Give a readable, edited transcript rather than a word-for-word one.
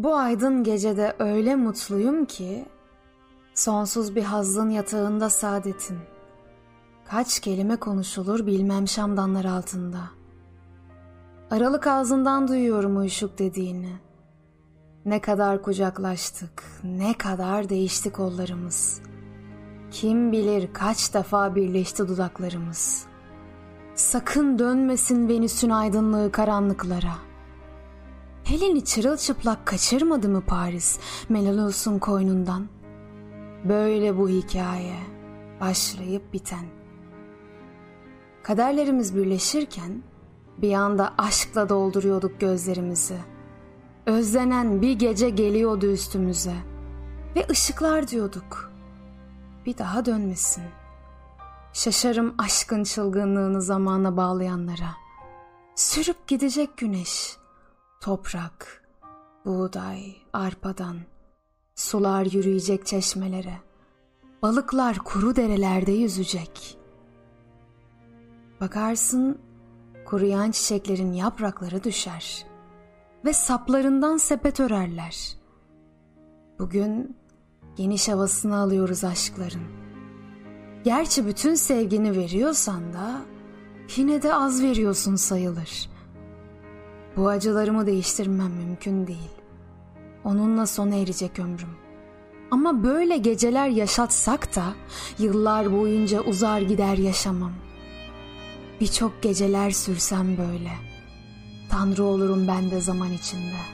Bu aydın gecede öyle mutluyum ki, sonsuz bir hazzın yatağında saadetin. Kaç kelime konuşulur bilmem şamdanlar altında. Aralık ağzından duyuyorum uyuşuk dediğini. Ne kadar kucaklaştık, ne kadar değişti kollarımız. Kim bilir kaç defa birleşti dudaklarımız. Sakın dönmesin Venüs'ün aydınlığı karanlıklara. Helen'i çırılçıplak kaçırmadı mı Paris, Menelaus'un koynundan? Böyle bu hikaye, başlayıp biten. Kaderlerimiz birleşirken bir anda aşkla dolduruyorduk gözlerimizi. Özlenen bir gece geliyordu üstümüze ve ışıklar diyorduk. Bir daha dönmesin. Şaşarım aşkın çılgınlığını zamana bağlayanlara. Sürüp gidecek güneş, toprak, buğday, arpadan. Sular yürüyecek çeşmelere. Balıklar kuru derelerde yüzecek. Bakarsın kuruyan çiçeklerin yaprakları düşer ve saplarından sepet örerler. Bugün geniş havasını alıyoruz aşkların. Gerçi bütün sevgini veriyorsan da yine de az veriyorsun sayılır. Bu acılarımı değiştirmem mümkün değil. Onunla sona erecek ömrüm. Ama böyle geceler yaşatsak da yıllar boyunca uzar gider yaşamam. Birçok geceler sürsem böyle, Tanrı olurum ben de zaman içinde.